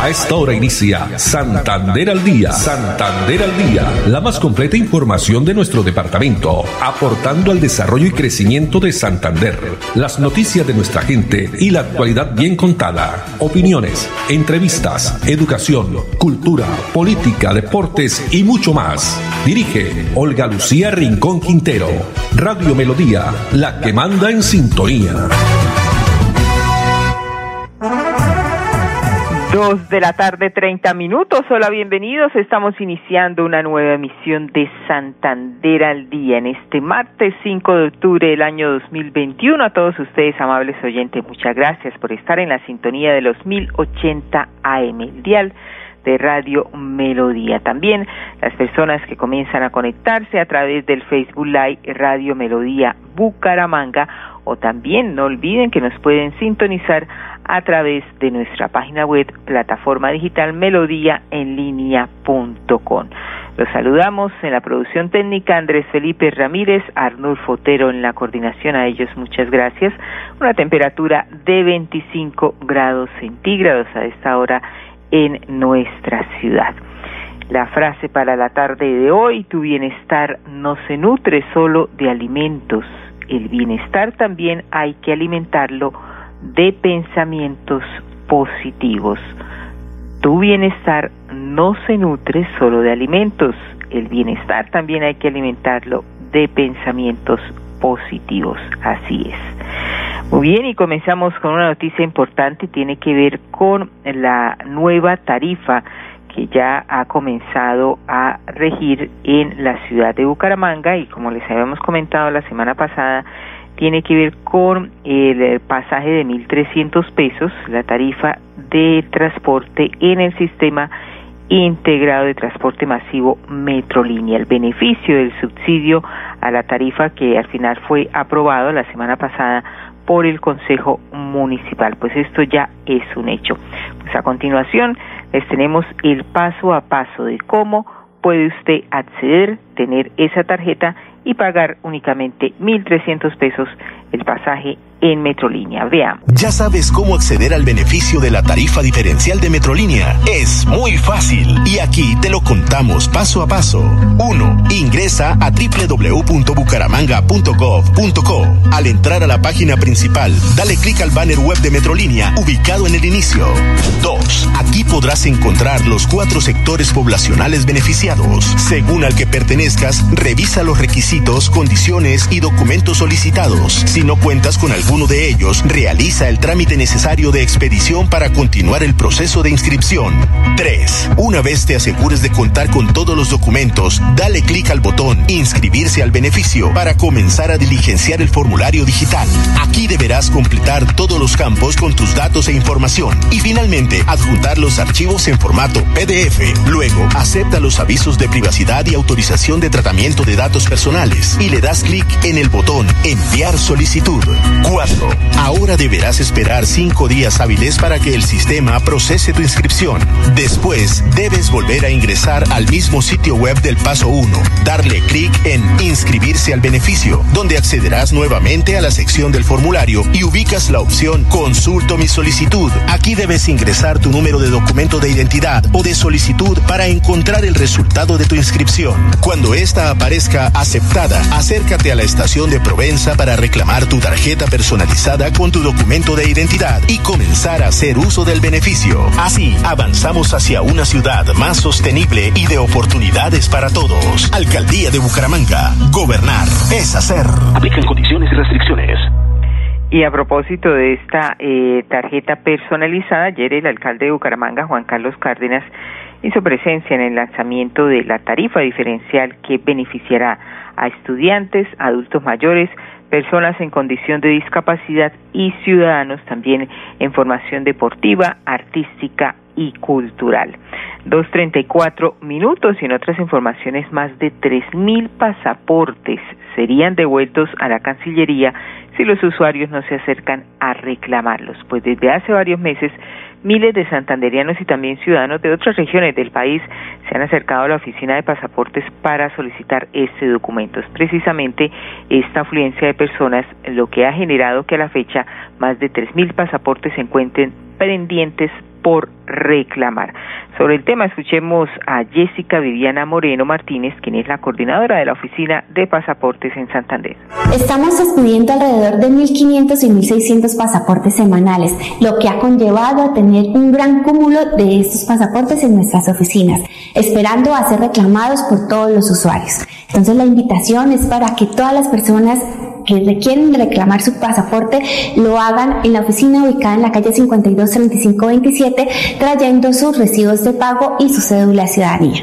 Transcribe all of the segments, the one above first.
A esta hora inicia Santander al Día. Santander al Día, la más completa información de nuestro departamento, aportando al desarrollo y crecimiento de Santander. Las noticias de nuestra gente y la actualidad bien contada. Opiniones, entrevistas, educación, cultura, política, deportes y mucho más. Dirige Olga Lucía Rincón Quintero. Radio Melodía, la que manda en sintonía. 2:30 p.m. Hola, bienvenidos. Estamos iniciando una nueva emisión de Santander al Día en este martes 5 de octubre del año 2021. A todos ustedes, amables oyentes, muchas gracias por estar en la sintonía de los 1080 AM, el dial de Radio Melodía. También las personas que comienzan a conectarse a través del Facebook Live Radio Melodía Bucaramanga, o también no olviden que nos pueden sintonizar a través de nuestra página web, plataforma digital melodíaenlínea.com. Los saludamos en la producción técnica Andrés Felipe Ramírez, Arnulfo Otero en la coordinación, a ellos muchas gracias. Una temperatura de 25 grados centígrados a esta hora en nuestra ciudad. La frase para la tarde de hoy: tu bienestar no se nutre solo de alimentos, el bienestar también hay que alimentarlo de pensamientos positivos. Tu bienestar no se nutre solo de alimentos, el bienestar también hay que alimentarlo de pensamientos positivos. Así es. Muy bien, y comenzamos con una noticia importante y tiene que ver con la nueva tarifa que ya ha comenzado a regir en la ciudad de Bucaramanga, y como les habíamos comentado la semana pasada, tiene que ver con el pasaje de 1.300 pesos, la tarifa de transporte en el sistema integrado de transporte masivo Metrolínea. El beneficio del subsidio a la tarifa que al final fue aprobado la semana pasada por el Consejo Municipal, pues esto ya es un hecho. Pues a continuación les tenemos el paso a paso de cómo puede usted acceder, tener esa tarjeta y pagar únicamente 1.300 pesos el pasaje en Metrolínea. Veamos. ¿Ya sabes cómo acceder al beneficio de la tarifa diferencial de Metrolínea? Es muy fácil y aquí te lo contamos paso a paso. 1. Ingresa a www.bucaramanga.gov.co. Al entrar a la página principal, dale clic al banner web de Metrolínea ubicado en el inicio. 2. Aquí podrás encontrar los 4 sectores poblacionales beneficiados. Según al que pertenezcas, revisa los requisitos, condiciones y documentos solicitados. Si no cuentas con alguno de ellos, realiza el trámite necesario de expedición para continuar el proceso de inscripción. 3. Una vez te asegures de contar con todos los documentos, dale clic al botón Inscribirse al beneficio para comenzar a diligenciar el formulario digital. Aquí deberás completar todos los campos con tus datos e información y finalmente adjuntar los archivos en formato PDF. Luego, acepta los avisos de privacidad y autorización de tratamiento de datos personales y le das clic en el botón Enviar solicitud. 4. Ahora deberás esperar 5 días hábiles para que el sistema procese tu inscripción. Después, debes volver a ingresar al mismo sitio web del paso 1, darle clic en Inscribirse al beneficio, donde accederás nuevamente a la sección del formulario y ubicas la opción Consulto mi solicitud. Aquí debes ingresar tu número de documento de identidad o de solicitud para encontrar el resultado de tu inscripción. Cuando esta aparezca aceptada, acércate a la estación de Provenza para reclamar tu tarjeta personalizada con tu documento de identidad y comenzar a hacer uso del beneficio. Así, avanzamos hacia una ciudad más sostenible y de oportunidades para todos. Alcaldía de Bucaramanga. Gobernar es hacer. Aplican condiciones y restricciones. Y a propósito de esta tarjeta personalizada, ayer el alcalde de Bucaramanga, Juan Carlos Cárdenas, hizo presencia en el lanzamiento de la tarifa diferencial que beneficiará a estudiantes, adultos mayores, personas en condición de discapacidad y ciudadanos también en formación deportiva, artística y cultural. 2:34 p.m. y en otras informaciones, más de 3.000 pasaportes serían devueltos a la Cancillería si los usuarios no se acercan a reclamarlos, pues desde hace varios meses miles de santanderianos y también ciudadanos de otras regiones del país se han acercado a la oficina de pasaportes para solicitar este documento. Es precisamente esta afluencia de personas lo que ha generado que a la fecha más de 3.000 pasaportes se encuentren pendientes por reclamar. Sobre el tema escuchemos a Jessica Viviana Moreno Martínez, quien es la coordinadora de la Oficina de Pasaportes en Santander. Estamos expidiendo alrededor de 1.500 y 1.600 pasaportes semanales, lo que ha conllevado a tener un gran cúmulo de estos pasaportes en nuestras oficinas, esperando a ser reclamados por todos los usuarios. Entonces la invitación es para que todas las personas que requieren reclamar su pasaporte lo hagan en la oficina ubicada en la calle 523527, trayendo sus recibos de pago y su cédula de ciudadanía.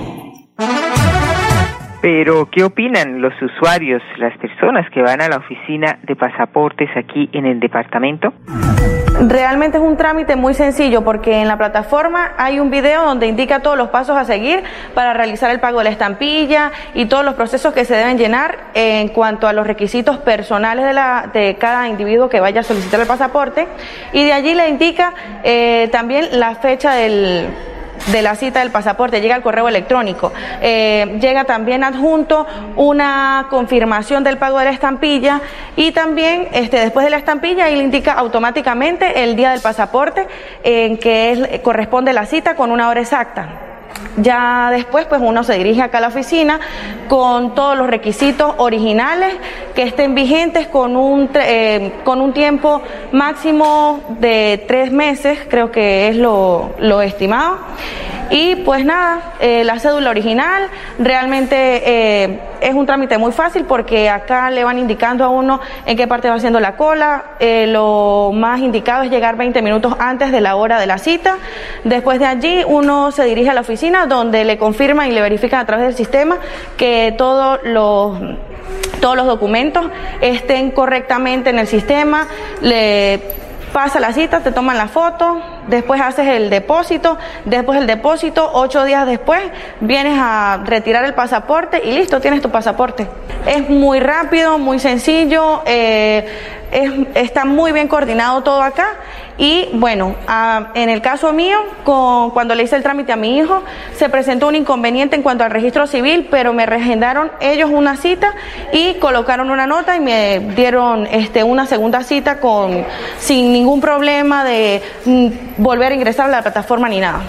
Pero, ¿qué opinan los usuarios, las personas que van a la oficina de pasaportes aquí en el departamento? Realmente es un trámite muy sencillo porque en la plataforma hay un video donde indica todos los pasos a seguir para realizar el pago de la estampilla y todos los procesos que se deben llenar en cuanto a los requisitos personales de cada individuo que vaya a solicitar el pasaporte, y de allí le indica también la fecha de la cita del pasaporte, llega al correo electrónico, llega también adjunto una confirmación del pago de la estampilla, y también después de la estampilla ahí le indica automáticamente el día del pasaporte en que corresponde la cita con una hora exacta. Ya después pues uno se dirige acá a la oficina con todos los requisitos originales que estén vigentes con un tiempo máximo de 3 meses, creo que es lo estimado. Y pues nada, la cédula original, realmente es un trámite muy fácil porque acá le van indicando a uno en qué parte va haciendo la cola. Lo más indicado es llegar 20 minutos antes de la hora de la cita. Después de allí uno se dirige a la oficina donde le confirman y le verifican a través del sistema que todos los documentos estén correctamente en el sistema. Le pasa la cita, te toman la foto, después haces el depósito, después del depósito, 8 días después, vienes a retirar el pasaporte y listo, tienes tu pasaporte. Es muy rápido, muy sencillo, está muy bien coordinado todo acá. Y bueno, en el caso mío, cuando le hice el trámite a mi hijo, se presentó un inconveniente en cuanto al registro civil, pero me reagendaron ellos una cita y colocaron una nota y me dieron una segunda cita sin ningún problema de volver a ingresar a la plataforma ni nada.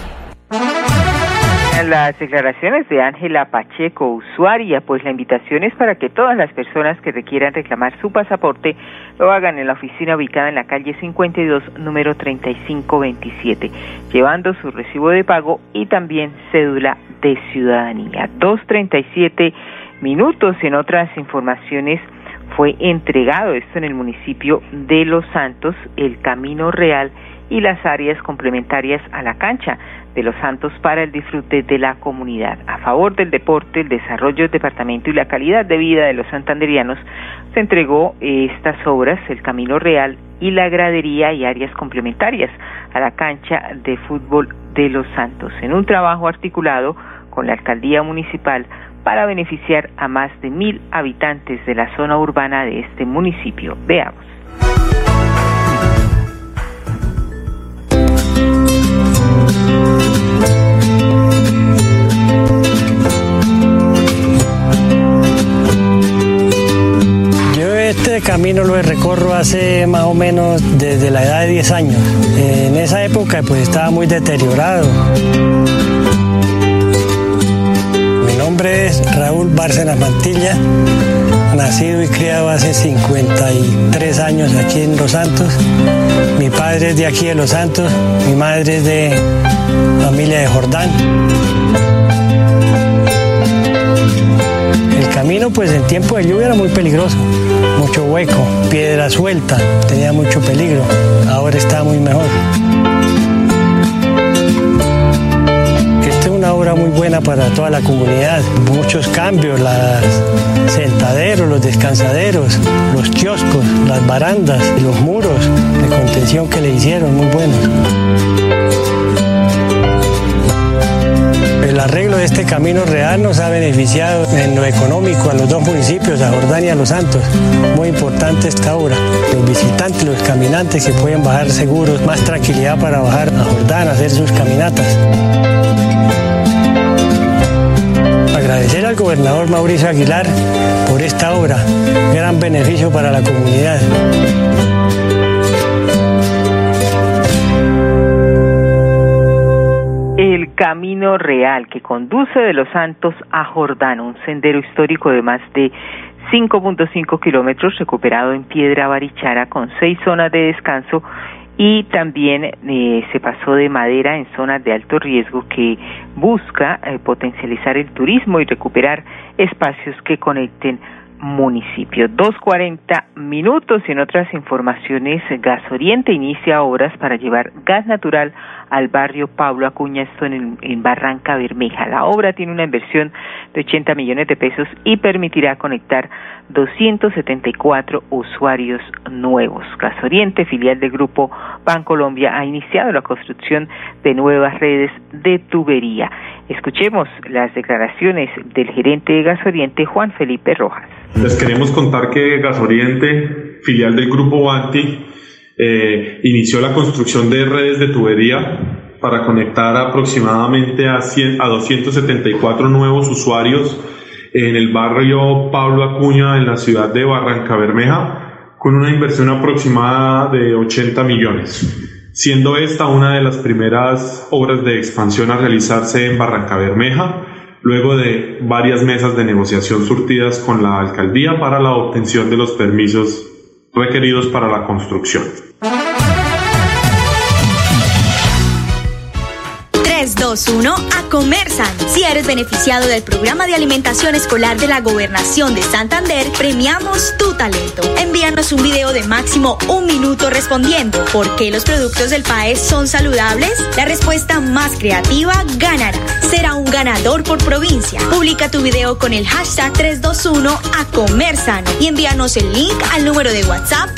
Las declaraciones de Ángela Pacheco, usuaria, pues la invitación es para que todas las personas que requieran reclamar su pasaporte lo hagan en la oficina ubicada en la calle 52, número 3527, llevando su recibo de pago y también cédula de ciudadanía. 2:37 minutos. En otras informaciones, fue entregado esto en el municipio de Los Santos, el Camino Real y las áreas complementarias a la cancha de Los Santos para el disfrute de la comunidad. A favor del deporte, el desarrollo del departamento y la calidad de vida de los santanderianos, se entregó estas obras, el Camino Real y la gradería y áreas complementarias a la cancha de fútbol de Los Santos, en un trabajo articulado con la alcaldía municipal para beneficiar a más de 1.000 habitantes de la zona urbana de este municipio. Veamos. Este camino lo recorro hace más o menos desde la edad de 10 años. En esa época pues estaba muy deteriorado. Mi nombre es Raúl Bárcenas Mantilla, nacido y criado hace 53 años aquí en Los Santos. Mi padre es de aquí de Los Santos, mi madre es de familia de Jordán. El camino pues en tiempo de lluvia era muy peligroso, mucho hueco, piedra suelta, tenía mucho peligro, ahora está muy mejor. Esta es una obra muy buena para toda la comunidad, muchos cambios, los sentaderos, los descansaderos, los kioscos, las barandas, los muros de contención que le hicieron, muy buenos. El arreglo de este Camino Real nos ha beneficiado en lo económico a los dos municipios, a Jordán y a Los Santos. Muy importante esta obra. Los visitantes, los caminantes se pueden bajar seguros, más tranquilidad para bajar a Jordán a hacer sus caminatas. Agradecer al gobernador Mauricio Aguilar por esta obra, gran beneficio para la comunidad. Camino Real, que conduce de Los Santos a Jordano, un sendero histórico de más de 5.5 kilómetros, recuperado en piedra barichara con 6 zonas de descanso, y también se pasó de madera en zonas de alto riesgo, que busca potencializar el turismo y recuperar espacios que conecten municipios. 2:40 minutos. Y en otras informaciones, Gasoriente inicia obras para llevar gas natural al barrio Pablo Acuña, esto en Barranca Bermeja. La obra tiene una inversión de 80 millones de pesos y permitirá conectar 274 usuarios nuevos. Gasoriente, filial del Grupo Bancolombia, ha iniciado la construcción de nuevas redes de tubería. Escuchemos las declaraciones del gerente de Gasoriente, Juan Felipe Rojas. Les queremos contar que Gasoriente, filial del Grupo Banti, inició la construcción de redes de tubería para conectar aproximadamente a 274 nuevos usuarios en el barrio Pablo Acuña, en la ciudad de Barranca Bermeja, con una inversión aproximada de 80 millones, siendo esta una de las primeras obras de expansión a realizarse en Barranca Bermeja, luego de varias mesas de negociación surtidas con la alcaldía para la obtención de los permisos requeridos para la construcción. 3, 2, 1, a Comersan. Si eres beneficiado del programa de alimentación escolar de la Gobernación de Santander, premiamos tu talento. Envíanos un video de máximo 1 minuto respondiendo ¿por qué los productos del PAES son saludables? La respuesta más creativa ganará. Será un ganador por provincia. Publica tu video con el hashtag 321 a Comersan y envíanos el link al número de WhatsApp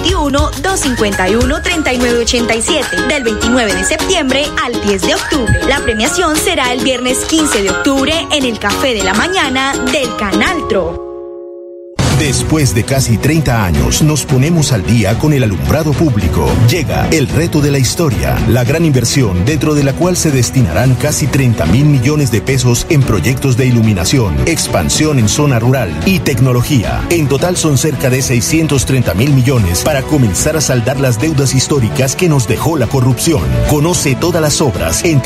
321-251-3987 del 29 de septiembre al 10 de octubre. La premiación será el viernes 15 de octubre en el Café de la Mañana del Canal Tro. Después de casi 30 años, nos ponemos al día con el alumbrado público. Llega el reto de la historia, la gran inversión dentro de la cual se destinarán casi 30.000 millones de pesos en proyectos de iluminación, expansión en zona rural y tecnología. En total son cerca de 630.000 millones para comenzar a saldar las deudas históricas que nos dejó la corrupción. Conoce todas las obras en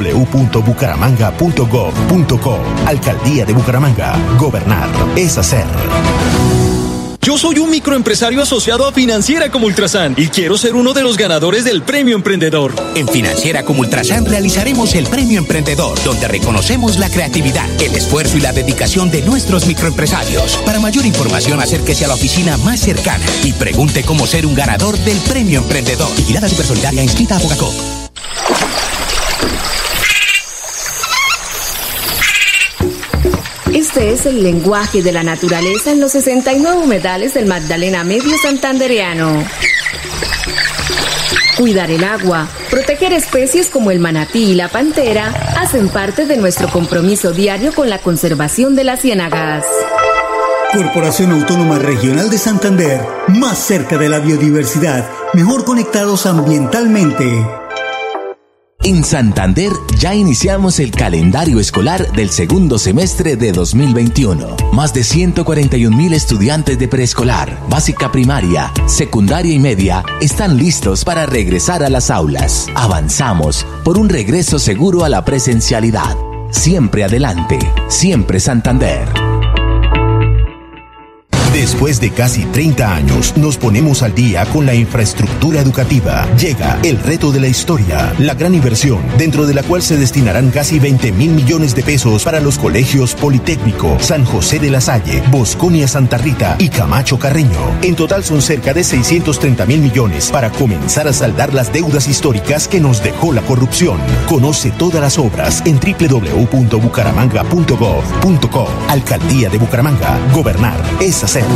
www.bucaramanga.gov.co. Alcaldía de Bucaramanga. Gobernar es hacer. Yo soy un microempresario asociado a Financiera como Ultrasan y quiero ser uno de los ganadores del Premio Emprendedor. En Financiera como Ultrasan realizaremos el Premio Emprendedor, donde reconocemos la creatividad, el esfuerzo y la dedicación de nuestros microempresarios. Para mayor información, acérquese a la oficina más cercana y pregunte cómo ser un ganador del Premio Emprendedor. Vigilada Supersolidaria, inscrita a Fogacop. Este es el lenguaje de la naturaleza en los 69 humedales del Magdalena Medio santandereano. Cuidar el agua, proteger especies como el manatí y la pantera hacen parte de nuestro compromiso diario con la conservación de las ciénagas. Corporación Autónoma Regional de Santander, más cerca de la biodiversidad, mejor conectados ambientalmente. En Santander ya iniciamos el calendario escolar del segundo semestre de 2021. Más de 141.000 estudiantes de preescolar, básica primaria, secundaria y media están listos para regresar a las aulas. Avanzamos por un regreso seguro a la presencialidad. Siempre adelante, siempre Santander. Después de casi 30 años, nos ponemos al día con la infraestructura educativa. Llega el reto de la historia, la gran inversión, dentro de la cual se destinarán casi 20.000 millones de pesos para los colegios Politécnico, San José de la Salle, Bosconia Santa Rita y Camacho Carreño. En total son cerca de 630.000 millones para comenzar a saldar las deudas históricas que nos dejó la corrupción. Conoce todas las obras en www.bucaramanga.gov.co. Alcaldía de Bucaramanga. Gobernar es hacer.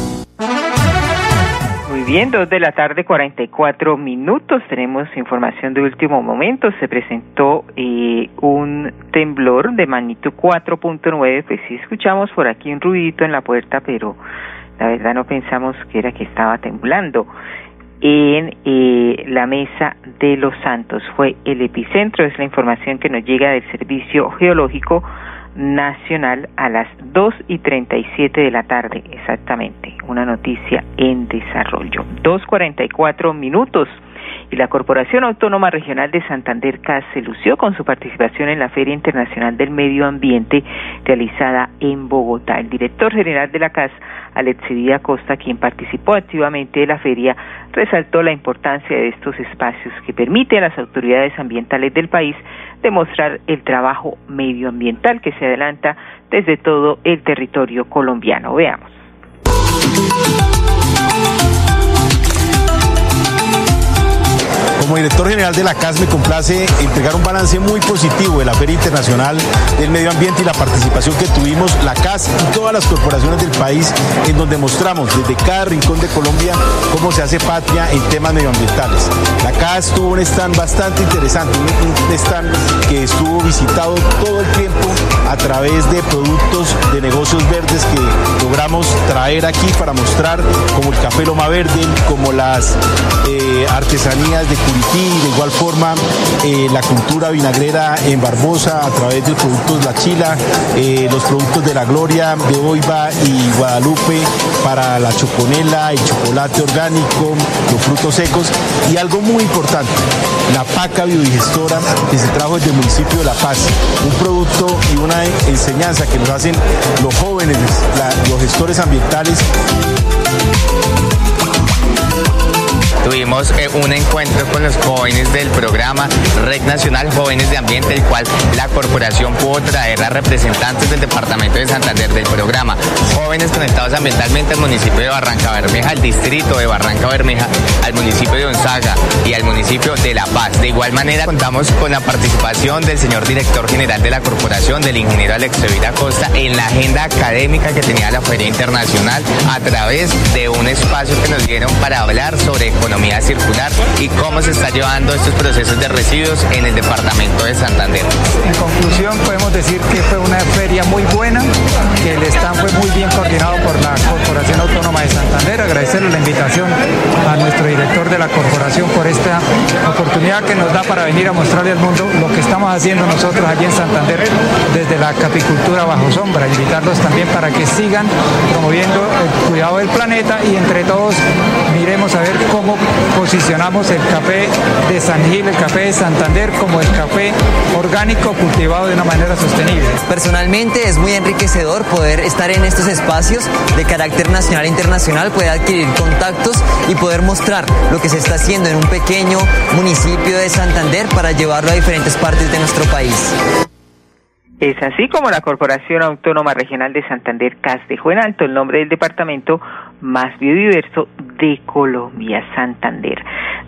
Muy bien, 2 de la tarde, 44 minutos. Tenemos información de último momento. Se presentó un temblor de magnitud 4.9. Pues sí escuchamos por aquí un ruidito en la puerta, pero la verdad no pensamos que era que estaba temblando. En la Mesa de los Santos fue el epicentro. Es la información que nos llega del Servicio Geológico Nacional a las 2:37 de la tarde, exactamente, una noticia en desarrollo. 2:44 minutos. Y la Corporación Autónoma Regional de Santander, CAS, se lució con su participación en la Feria Internacional del Medio Ambiente realizada en Bogotá. El director general de la CAS, Alexidía Acosta, quien participó activamente de la feria, resaltó la importancia de estos espacios que permiten a las autoridades ambientales del país demostrar el trabajo medioambiental que se adelanta desde todo el territorio colombiano. Veamos. Como director general de la CAS me complace entregar un balance muy positivo de la Feria Internacional del Medio Ambiente y la participación que tuvimos la CAS y todas las corporaciones del país, en donde mostramos desde cada rincón de Colombia cómo se hace patria en temas medioambientales. La CAS tuvo un stand bastante interesante, un stand que estuvo visitado todo el tiempo a través de productos de negocios verdes que logramos traer aquí para mostrar, como el café Loma Verde, como las artesanías de Curití, de igual forma la cultura vinagrera en Barbosa a través de productos La Chila, los productos de La Gloria, de Oiva y Guadalupe para la choconela, el chocolate orgánico, los frutos secos y algo muy importante, la paca biodigestora que se trajo desde el municipio de La Paz, un producto y una enseñanza que nos hacen los jóvenes, los gestores ambientales. Tuvimos un encuentro con los jóvenes del programa Red Nacional Jóvenes de Ambiente, el cual la corporación pudo traer a representantes del departamento de Santander del programa Jóvenes Conectados Ambientalmente al municipio de Barranca Bermeja, al distrito de Barranca Bermeja, al municipio de Onzaga y al municipio de La Paz. De igual manera contamos con la participación del señor director general de la corporación, del ingeniero Alexidía Acosta, en la agenda académica que tenía la Feria Internacional a través de un espacio que nos dieron para hablar sobre economía circular y cómo se está llevando estos procesos de residuos en el departamento de Santander. En conclusión, podemos decir que fue una feria muy buena, que el stand fue muy bien coordinado por la Corporación Autónoma de Santander. Agradecerle la invitación a nuestro director de la corporación por esta oportunidad que nos da para venir a mostrarle al mundo lo que estamos haciendo nosotros allí en Santander desde la capicultura bajo sombra. Invitarlos también para que sigan promoviendo el cuidado del planeta y entre todos miremos a ver cómo posicionamos el café de San Gil, el café de Santander como el café orgánico cultivado de una manera sostenible. Personalmente es muy enriquecedor poder estar en estos espacios de carácter nacional e internacional, poder adquirir contactos y poder mostrar lo que se está haciendo en un pequeño municipio de Santander para llevarlo a diferentes partes de nuestro país. Es así como la Corporación Autónoma Regional de Santander, CAS, dejó en alto el nombre del departamento más biodiverso de Colombia, Santander.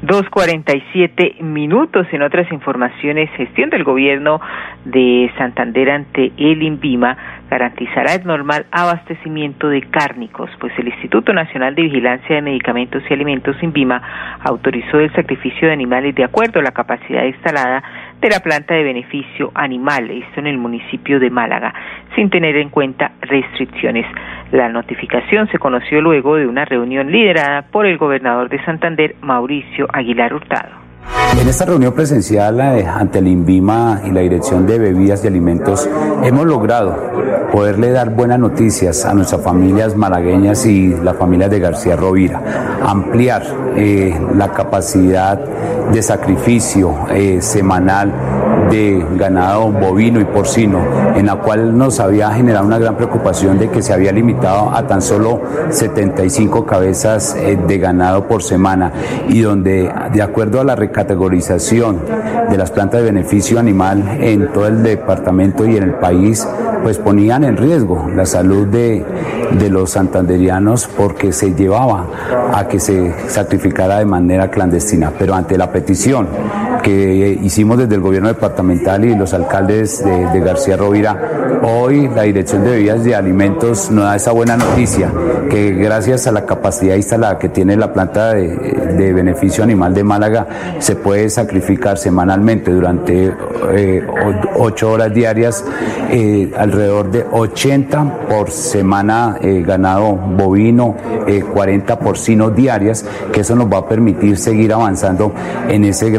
2:47. En otras informaciones, gestión del gobierno de Santander ante el INVIMA garantizará el normal abastecimiento de cárnicos, pues el Instituto Nacional de Vigilancia de Medicamentos y Alimentos, INVIMA, autorizó el sacrificio de animales de acuerdo a la capacidad instalada de la planta de beneficio animal, esto en el municipio de Málaga, sin tener en cuenta restricciones. La notificación se conoció luego de una reunión liderada por el gobernador de Santander, Mauricio Aguilar Hurtado. En esta reunión presencial ante el INVIMA y la Dirección de Bebidas y Alimentos hemos logrado poderle dar buenas noticias a nuestras familias malagueñas y las familias de García Rovira, ampliar la capacidad de sacrificio semanal de ganado bovino y porcino, en la cual nos había generado una gran preocupación de que se había limitado a tan solo 75 cabezas de ganado por semana, y donde, de acuerdo a la recategorización de las plantas de beneficio animal en todo el departamento y en el país, pues ponían en riesgo la salud de los santanderianos, porque se llevaba a que se sacrificara de manera clandestina. Pero ante la petición que hicimos desde el gobierno departamental y los alcaldes de García Rovira, hoy la Dirección de Bebidas y Alimentos nos da esa buena noticia, que gracias a la capacidad instalada que tiene la planta de beneficio animal de Málaga, se puede sacrificar semanalmente durante 8 horas diarias alrededor de 80 por semana ganado bovino, 40 porcinos diarias, que eso nos va a permitir seguir avanzando en ese gran trabajo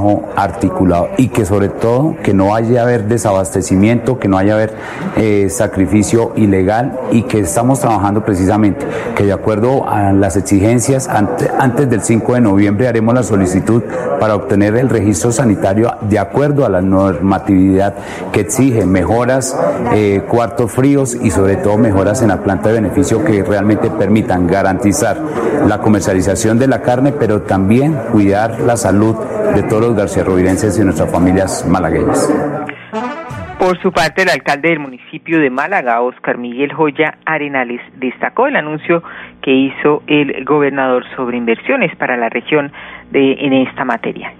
trabajo articulado y que sobre todo que no vaya a haber desabastecimiento, que no vaya a haber sacrificio ilegal y que estamos trabajando precisamente que de acuerdo a las exigencias antes del 5 de noviembre haremos la solicitud para obtener el registro sanitario de acuerdo a la normatividad que exige mejoras, cuartos fríos y sobre todo mejoras en la planta de beneficio que realmente permitan garantizar la comercialización de la carne, pero también cuidar la salud de todos los garciarrovirenses y nuestras familias malagueñas. Por su parte, el alcalde del municipio de Málaga, Óscar Miguel Joya Arenales, destacó el anuncio que hizo el gobernador sobre inversiones para la región en esta materia.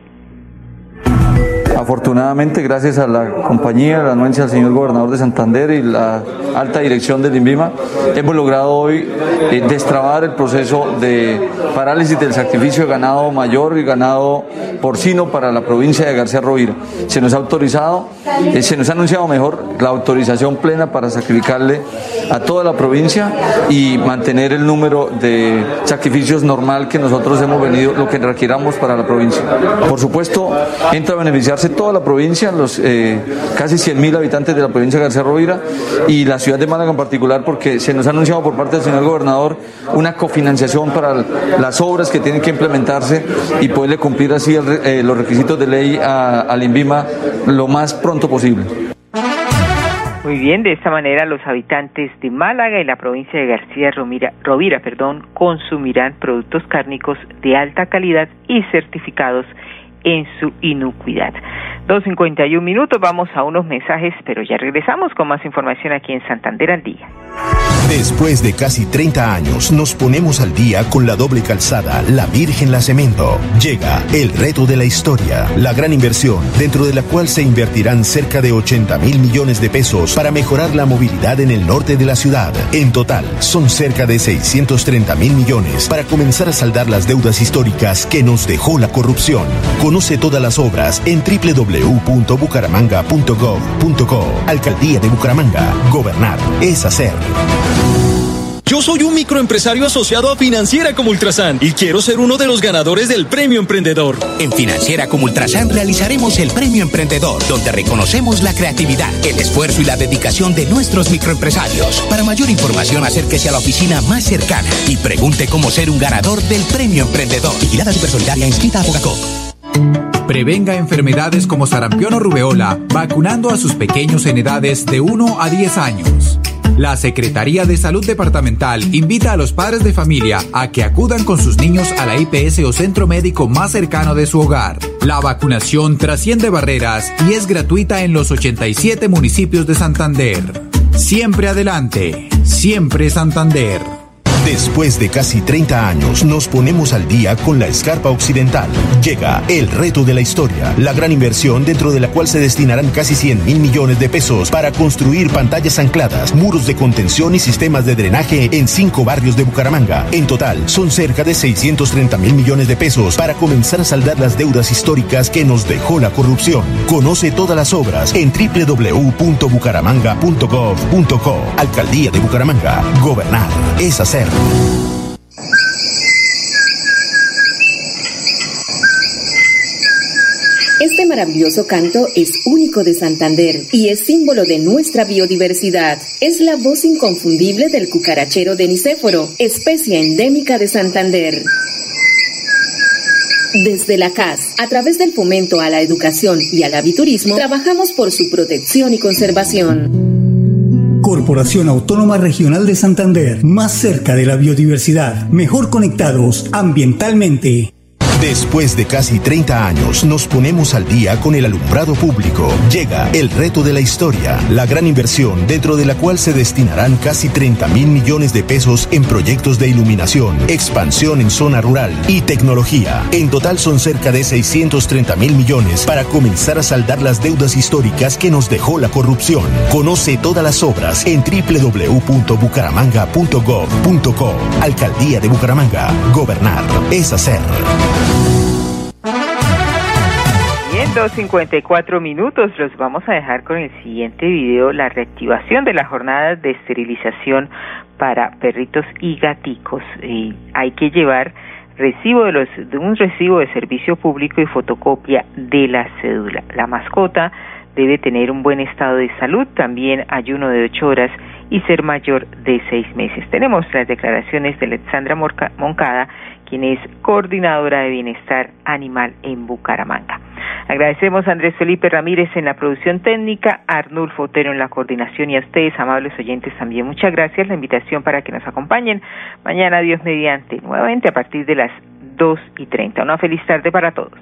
Afortunadamente, gracias a la compañía, la anuencia del señor gobernador de Santander y la alta dirección del INVIMA, hemos logrado hoy destrabar el proceso de parálisis del sacrificio de ganado mayor y ganado porcino para la provincia de García Rovira. Se nos ha autorizado, se nos ha anunciado mejor la autorización plena para sacrificarle a toda la provincia y mantener el número de sacrificios normal que nosotros hemos venido, lo que requiramos para la provincia. Por supuesto, entra a beneficiarse toda la provincia, los casi 100.000 habitantes de la provincia de García Rovira y la ciudad de Málaga en particular, porque se nos ha anunciado por parte del señor gobernador una cofinanciación para las obras que tienen que implementarse y poderle cumplir así los requisitos de ley al INVIMA lo más pronto posible. Muy bien, de esta manera los habitantes de Málaga y la provincia de García Rovira, consumirán productos cárnicos de alta calidad y certificados en su inocuidad. 2:51, vamos a unos mensajes, pero ya regresamos con más información aquí en Santander al Día. Después de casi 30 años, nos ponemos al día con la doble calzada La Virgen La Cemento. Llega el reto de la historia, la gran inversión, dentro de la cual se invertirán cerca de 80.000 millones de pesos para mejorar la movilidad en el norte de la ciudad. En total, son cerca de 630.000 millones para comenzar a saldar las deudas históricas que nos dejó la corrupción. Conoce todas las obras en www.bucaramanga.gov.co. Alcaldía de Bucaramanga. Gobernar es hacer. Yo soy un microempresario asociado a Financiera como Ultrasan y quiero ser uno de los ganadores del Premio Emprendedor. En Financiera como Ultrasan realizaremos el Premio Emprendedor, donde reconocemos la creatividad, el esfuerzo y la dedicación de nuestros microempresarios. Para mayor información, acérquese a la oficina más cercana y pregunte cómo ser un ganador del Premio Emprendedor. Vigilada Supersolidaria, inscrita a Fogacop. Prevenga enfermedades como sarampión o rubeola vacunando a sus pequeños en edades de 1 a 10 años. La Secretaría de Salud Departamental invita a los padres de familia a que acudan con sus niños a la IPS o centro médico más cercano de su hogar. La vacunación trasciende barreras y es gratuita en los 87 municipios de Santander. Siempre adelante, siempre Santander. Después de casi 30 años, nos ponemos al día con la Escarpa Occidental. Llega el reto de la historia, la gran inversión dentro de la cual se destinarán casi 100.000 millones de pesos para construir pantallas ancladas, muros de contención y sistemas de drenaje en 5 barrios de Bucaramanga. En total, son cerca de 630.000 millones de pesos para comenzar a saldar las deudas históricas que nos dejó la corrupción. Conoce todas las obras en www.bucaramanga.gov.co. Alcaldía de Bucaramanga. Gobernar es hacer. Este maravilloso canto es único de Santander y es símbolo de nuestra biodiversidad. Es la voz inconfundible del cucarachero de Nicéforo, especie endémica de Santander. Desde la CAS, a través del fomento a la educación y al aviturismo, trabajamos por su protección y conservación. Corporación Autónoma Regional de Santander, más cerca de la biodiversidad, mejor conectados ambientalmente. Después de casi 30 años, nos ponemos al día con el alumbrado público. Llega el reto de la historia, la gran inversión dentro de la cual se destinarán casi 30.000 millones de pesos en proyectos de iluminación, expansión en zona rural y tecnología. En total son cerca de 630.000 millones para comenzar a saldar las deudas históricas que nos dejó la corrupción. Conoce todas las obras en www.bucaramanga.gov.co. Alcaldía de Bucaramanga. Gobernar es hacer. Bien, 2:54, los vamos a dejar con el siguiente video, la reactivación de las jornadas de esterilización para perritos y gaticos. Hay que llevar un recibo de servicio público y fotocopia de la cédula. La mascota debe tener un buen estado de salud, también ayuno de 8 horas y ser mayor de 6 meses. Tenemos las declaraciones de Alexandra Moncada, quien es coordinadora de bienestar animal en Bucaramanga. Agradecemos a Andrés Felipe Ramírez en la producción técnica, a Arnulfo Otero en la coordinación y a ustedes, amables oyentes, también muchas gracias. La invitación para que nos acompañen mañana, Dios mediante, nuevamente a partir de las 2:30. Una feliz tarde para todos.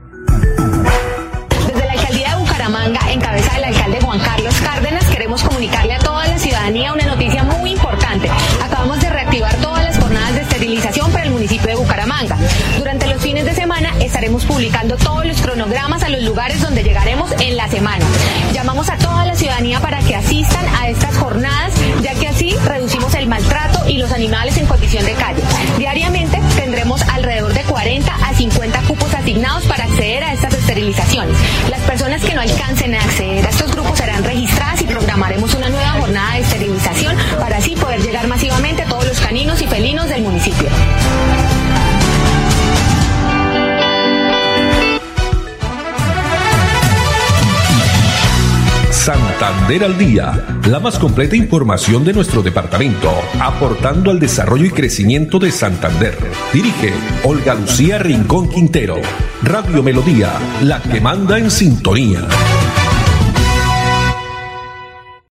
Desde la Alcaldía de Bucaramanga, en cabeza del alcalde Juan Carlos Cárdenas, queremos comunicarle a toda la ciudadanía una noticia muy importante. Acabamos de reactivar todas las jornadas de esterilización para el municipio de Bucaramanga. Durante los fines de semana estaremos publicando todos los cronogramas a los lugares donde llegaremos en la semana. Llamamos a toda la ciudadanía para que asistan a estas jornadas, ya que así reducimos el maltrato y los animales en condición de calle. Diariamente tendremos alrededor de 40 a 50 cupos asignados para acceder a estas esterilizaciones. Las personas que no alcancen a acceder a estos grupos serán registradas y programaremos una nueva jornada de esterilización para así poder llegar masivamente a todos los caninos y felinos del municipio. Santander al Día, la más completa información de nuestro departamento, aportando al desarrollo y crecimiento de Santander. Dirige Olga Lucía Rincón Quintero. Radio Melodía, la que manda en sintonía.